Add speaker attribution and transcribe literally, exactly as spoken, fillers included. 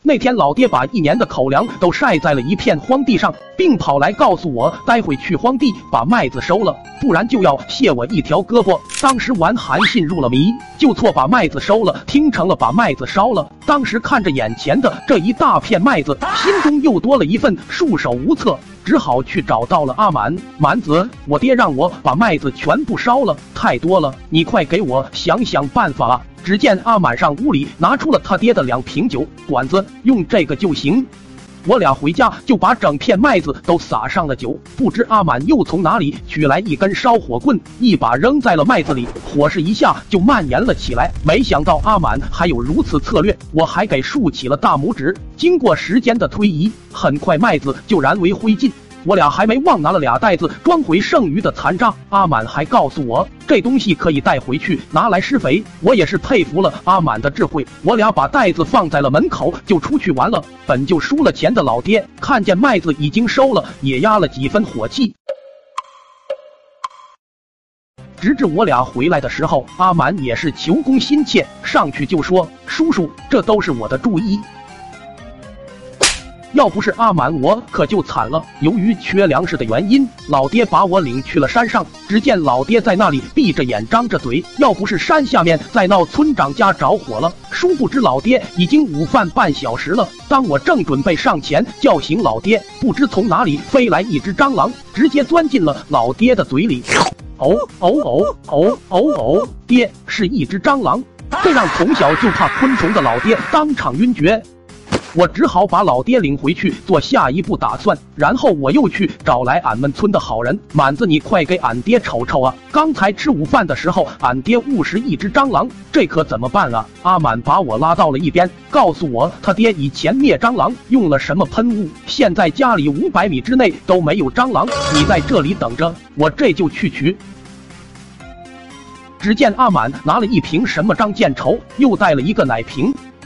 Speaker 1: 那天老爹把一年的口粮都晒在了一片荒地上，并跑来告诉我，待会去荒地把麦子收了，不然就要卸我一条胳膊。当时玩韩信入了迷，就错把麦子收了，听成了把麦子烧了。当时看着眼前的这一大片麦子，心中又多了一份束手无策，只好去找到了阿满。满子，我爹让我把麦子全部烧了，太多了，你快给我想想办法啊！只见阿满上屋里拿出了他爹的两瓶酒，管子，用这个就行。我俩回家就把整片麦子都撒上了酒，不知阿满又从哪里取来一根烧火棍，一把扔在了麦子里，火势一下就蔓延了起来。没想到阿满还有如此策略，我还给竖起了大拇指。经过时间的推移，很快麦子就燃为灰烬。我俩还没忘拿了俩袋子装回剩余的残渣，阿满还告诉我这东西可以带回去拿来施肥。我也是佩服了阿满的智慧，我俩把袋子放在了门口就出去玩了。本就输了钱的老爹看见麦子已经收了，也压了几分火气。直至我俩回来的时候，阿满也是求功心切，上去就说，叔叔，这都是我的注意，要不是阿满我可就惨了。由于缺粮食的原因，老爹把我领去了山上。只见老爹在那里闭着眼张着嘴，要不是山下面在闹村长家着火了，殊不知老爹已经午饭半小时了。当我正准备上前叫醒老爹，不知从哪里飞来一只蟑螂，直接钻进了老爹的嘴里。哦哦哦哦哦哦，爹，是一只蟑螂！这让从小就怕昆虫的老爹当场晕厥。我只好把老爹领回去做下一步打算，然后我又去找来俺们村的好人满子，你快给俺爹瞅瞅啊！刚才吃午饭的时候，俺爹误食一只蟑螂，这可怎么办啊？阿满把我拉到了一边，告诉我他爹以前灭蟑螂用了什么喷雾，现在家里五百米之内都没有蟑螂，你在这里等着，我这就去取。只见阿满拿了一瓶什么张建筹，又带了一个奶瓶。